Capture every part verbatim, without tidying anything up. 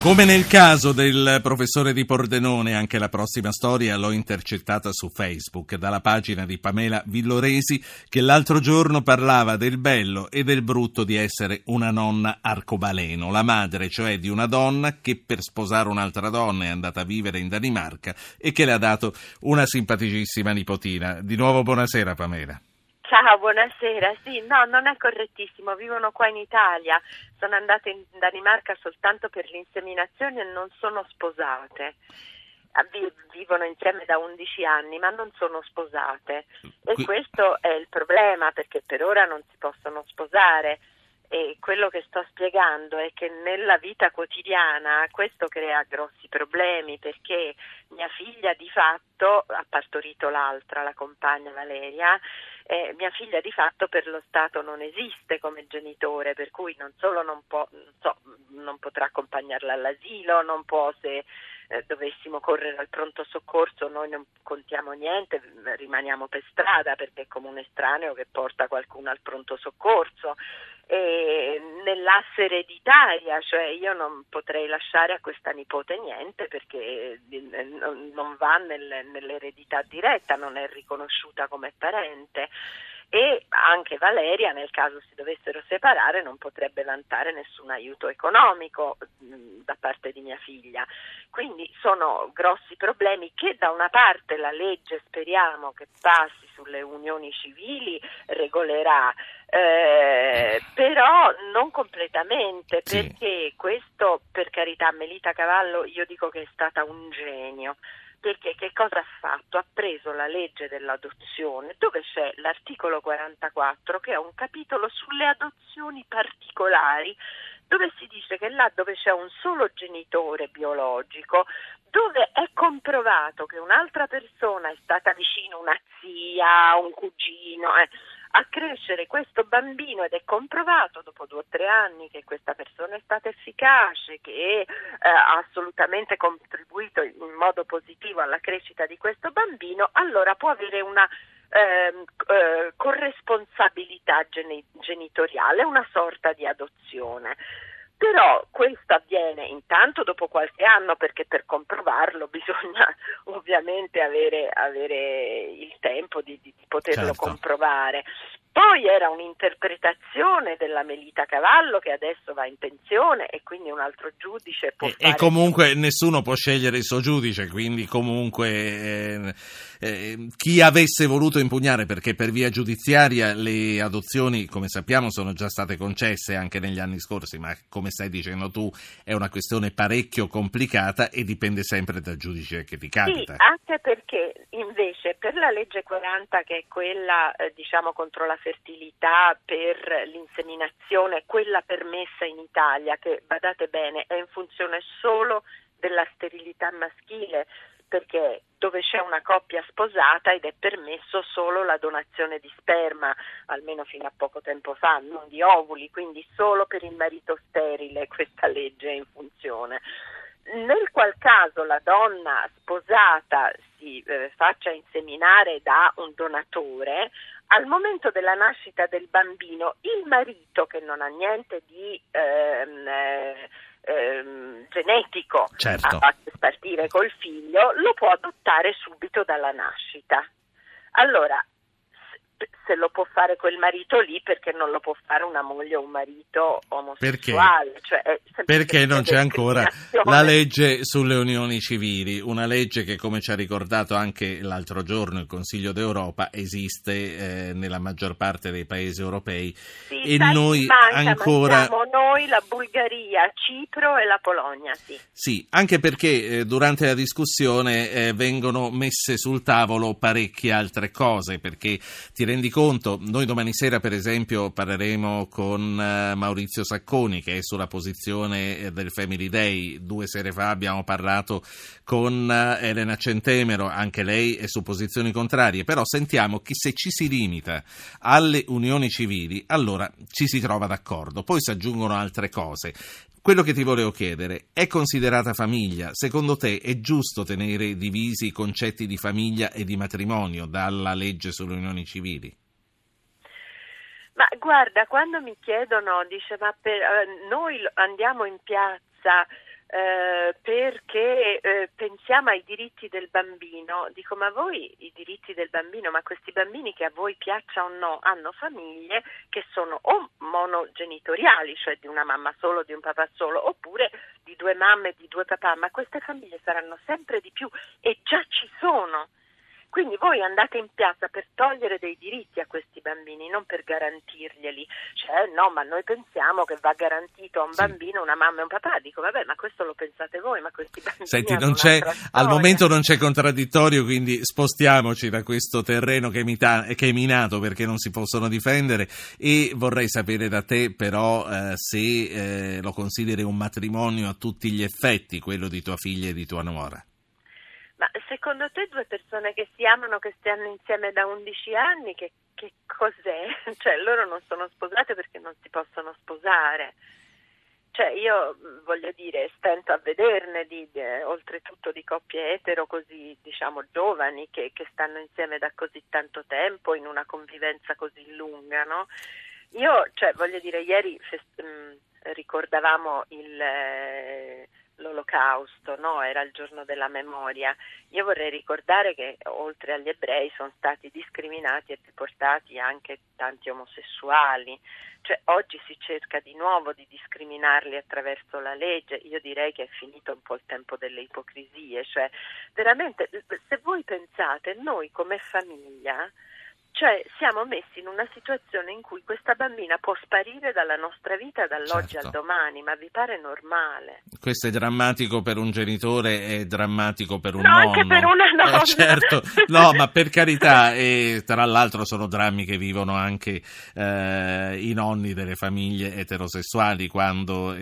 Come nel caso del professore di Pordenone, anche la prossima storia l'ho intercettata su Facebook dalla pagina di Pamela Villoresi, che l'altro giorno parlava del bello e del brutto di essere una nonna arcobaleno, la madre cioè di una donna che per sposare un'altra donna è andata a vivere in Danimarca e che le ha dato una simpaticissima nipotina. Di nuovo buonasera Pamela. Ciao, buonasera. Sì, no, non è correttissimo, vivono qua in Italia, sono andate in Danimarca soltanto per l'inseminazione e non sono sposate. Vivono insieme da undici anni, ma non sono sposate. E Qui... questo è il problema, perché per ora non si possono sposare. E quello che sto spiegando è che nella vita quotidiana questo crea grossi problemi, perché mia figlia di fatto ha partorito l'altra, la compagna Valeria, eh, mia figlia di fatto per lo Stato non esiste come genitore, per cui non solo non può, non so, non potrà accompagnarla all'asilo, non può, se eh, dovessimo correre al pronto soccorso noi non contiamo niente, rimaniamo per strada perché è come un estraneo che porta qualcuno al pronto soccorso. E nell'asse ereditaria, cioè io non potrei lasciare a questa nipote niente perché non va nel, nell'eredità diretta, non è riconosciuta come parente, e anche Valeria, nel caso si dovessero separare, non potrebbe vantare nessun aiuto economico mh, da parte di mia figlia. Quindi sono grossi problemi che da una parte la legge, speriamo che passi sulle unioni civili, regolerà, eh, però non completamente, Sì. perché questo, per carità, Melita Cavallo io dico che è stata un genio. Perché che cosa ha fatto? Ha preso la legge dell'adozione, dove c'è l'articolo quarantaquattro, che è un capitolo sulle adozioni particolari, dove si dice che là dove c'è un solo genitore biologico, dove è comprovato che un'altra persona è stata vicino, una zia, un cugino, eh, a crescere questo bambino, ed è comprovato dopo due o tre anni che questa persona è stata efficace, che eh, ha assolutamente contribuito in modo positivo alla crescita di questo bambino, allora può avere una eh, eh, corresponsabilità geni- genitoriale, una sorta di adozione. Però questo avviene intanto dopo qualche anno, perché per comprovarlo bisogna ovviamente avere, avere il tempo di, di poterlo Certo. comprovare. Poi era un'interpretazione della Melita Cavallo che adesso va in pensione e quindi un altro giudice può E, fare... e comunque nessuno può scegliere il suo giudice, quindi comunque eh, eh, chi avesse voluto impugnare, perché per via giudiziaria le adozioni, come sappiamo, sono già state concesse anche negli anni scorsi, ma come stai dicendo tu è una questione parecchio complicata e dipende sempre dal giudice che ti capita. Sì, anche perché invece per la legge quaranta, che è quella eh, diciamo contro la fertilità per l'inseminazione, quella permessa in Italia, che badate bene è in funzione solo della sterilità maschile, perché dove c'è una coppia sposata ed è permesso solo la donazione di sperma, almeno fino a poco tempo fa, non di ovuli, quindi solo per il marito sterile questa legge è in funzione. Nel qual caso la donna sposata si eh, faccia inseminare da un donatore, al momento della nascita del bambino il marito, che non ha niente di ehm, eh, ehm, genetico Certo. a, a partire col figlio, lo può adottare subito dalla nascita. Allora, se lo può fare quel marito lì, perché non lo può fare una moglie o un marito omosessuale? Perché? Cioè, è Perché non c'è ancora la discriminazione. legge sulle unioni civili, una legge che, come ci ha ricordato anche l'altro giorno il Consiglio d'Europa, esiste eh, nella maggior parte dei paesi europei. Sì, E sai, noi manca, ancora... manchiamo noi, la Bulgaria, Cipro e la Polonia, sì. Sì, anche perché eh, durante la discussione eh, vengono messe sul tavolo parecchie altre cose, perché ti rendi conto, noi domani sera per esempio parleremo con eh, Maurizio Sacconi, che è sulla posizione eh, del Family Day. Due sere fa abbiamo parlato con eh, Elena Centemero, anche lei è su posizioni contrarie, però sentiamo che se ci si limita alle unioni civili allora ci si trova d'accordo, poi si aggiungono altre cose. Quello che ti volevo chiedere, è considerata famiglia? Secondo te è giusto tenere divisi i concetti di famiglia e di matrimonio dalla legge sulle unioni civili? Ma guarda, quando mi chiedono, dice, ma per, eh, noi andiamo in piazza Eh, perché eh, pensiamo ai diritti del bambino. Dico, ma voi i diritti del bambino, ma questi bambini, che a voi piaccia o no, hanno famiglie che sono o monogenitoriali, cioè di una mamma solo, di un papà solo, oppure di due mamme e di due papà, ma queste famiglie saranno sempre di più e già ci sono. Quindi voi andate in piazza per togliere dei diritti a questi bambini, non per garantirglieli. Cioè, no, ma noi pensiamo che va garantito a un sì. bambino una mamma e un papà. Dico, vabbè, ma questo lo pensate voi, ma questi bambini Senti, hanno non c'è, al storia. momento non c'è contraddittorio, quindi spostiamoci da questo terreno che è, mita, che è minato perché non si possono difendere, e vorrei sapere da te però eh, se eh, lo consideri un matrimonio a tutti gli effetti, quello di tua figlia e di tua nuora. Ma secondo te due persone che si amano, che stanno insieme da undici anni, che, che cos'è? Cioè, loro non sono sposate perché non si possono sposare. Cioè, io voglio dire, stento a vederne di, di, oltretutto di coppie etero così, diciamo, giovani che, che stanno insieme da così tanto tempo in una convivenza così lunga, no? Io, cioè, voglio dire, ieri fest- mh, ricordavamo il eh, l'Olocausto, no? Era il giorno della memoria. Io vorrei ricordare che oltre agli ebrei sono stati discriminati e deportati anche tanti omosessuali. Cioè, oggi si cerca di nuovo di discriminarli attraverso la legge. Io direi che è finito un po' il tempo delle ipocrisie. Cioè, veramente, se voi pensate, noi come famiglia, cioè siamo messi in una situazione in cui questa bambina può sparire dalla nostra vita dall'oggi certo. al domani, ma vi pare normale? Questo è drammatico per un genitore, è drammatico per un no, nonno. Anche per una nonna. Eh, certo, no, ma per carità, e tra l'altro sono drammi che vivono anche eh, i nonni delle famiglie eterosessuali, quando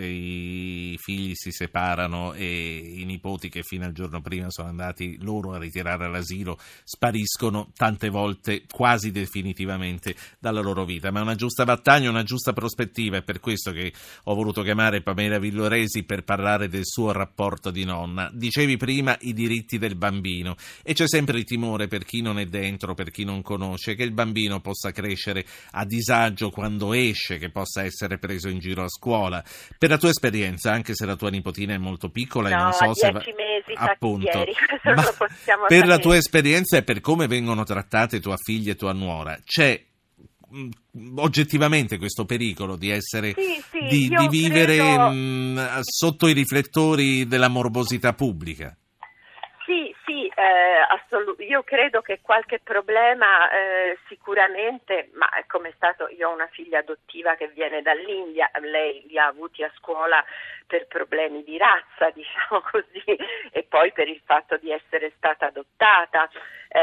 i figli si separano e i nipoti che fino al giorno prima sono andati loro a ritirare all'asilo spariscono tante volte quasi definitivamente dalla loro vita. Ma è una giusta battaglia, una giusta prospettiva, è per questo che ho voluto chiamare Pamela Villoresi per parlare del suo rapporto di nonna. Dicevi prima i diritti del bambino, e c'è sempre il timore, per chi non è dentro, per chi non conosce, che il bambino possa crescere a disagio quando esce, che possa essere preso in giro a scuola. Per la tua esperienza, anche se la tua nipotina è molto piccola, no, e non so se va... mesi, appunto, ieri, ma lo possiamo per sapere. la tua esperienza e per come vengono trattate tua figlia e tua nuora, c'è mh, oggettivamente questo pericolo di essere sì, sì, di, di vivere credo... mh, sotto i riflettori della morbosità pubblica? Sì, sì, eh, assolut- io credo che qualche problema eh, sicuramente, ma come è stato, io ho una figlia adottiva che viene dall'India, lei li ha avuti a scuola per problemi di razza, diciamo così, e poi per il fatto di essere stata adottata.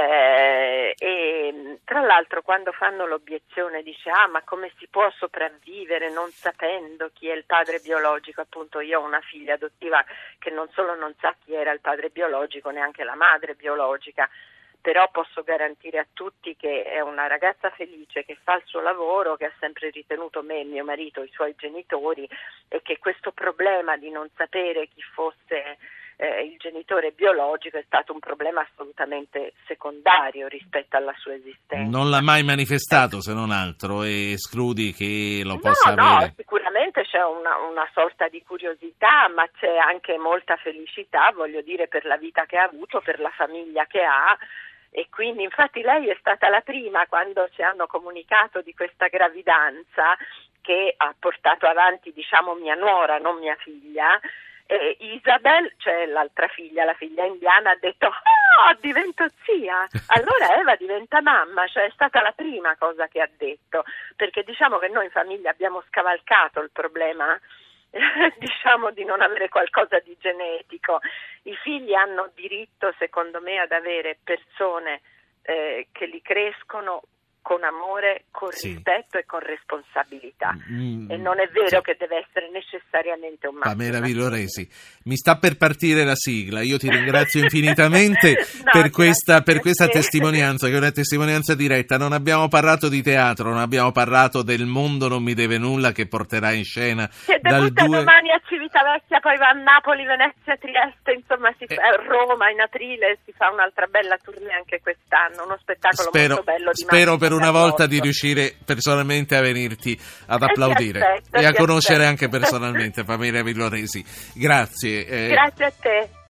Eh, e tra l'altro quando fanno l'obiezione dice ah ma come si può sopravvivere non sapendo chi è il padre biologico, appunto io ho una figlia adottiva che non solo non sa chi era il padre biologico, neanche la madre biologica, però posso garantire a tutti che è una ragazza felice che fa il suo lavoro, che ha sempre ritenuto me, mio marito, i suoi genitori, e che questo problema di non sapere chi fosse Eh, il genitore biologico è stato un problema assolutamente secondario rispetto alla sua esistenza. Non l'ha mai manifestato, se non altro, e escludi che lo no, possa no, avere? No, sicuramente c'è una, una sorta di curiosità, ma c'è anche molta felicità, voglio dire, per la vita che ha avuto, per la famiglia che ha. E quindi infatti lei è stata la prima, quando ci hanno comunicato di questa gravidanza, che ha portato avanti, diciamo, mia nuora, non mia figlia. E Isabel, cioè l'altra figlia, la figlia indiana, ha detto oh, divento zia, allora Eva diventa mamma, cioè è stata la prima cosa che ha detto, perché diciamo che noi in famiglia abbiamo scavalcato il problema eh, diciamo di non avere qualcosa di genetico. I figli hanno diritto, secondo me, ad avere persone eh, che li crescono con amore, con sì. rispetto e con responsabilità. Mm, e non è vero sì. che deve essere necessariamente un maschio. Pamela Villoresi, mi sta per partire la sigla, io ti ringrazio infinitamente no, per, questa, per questa sì. testimonianza, che è una testimonianza diretta. Non abbiamo parlato di teatro, non abbiamo parlato del Mondo non mi deve nulla, che porterà in scena che dal debutta due... domani a Civitavecchia. Civitavecchia, poi va a Napoli, Venezia, Trieste, insomma si fa, a Roma in aprile, si fa un'altra bella tournée anche quest'anno, uno spettacolo spero, molto bello di spero per una volta Carlotto. di riuscire personalmente a venirti ad applaudire eh, aspetto, e a conoscere aspetto. anche personalmente Pamela Villoresi. Grazie. Grazie a te.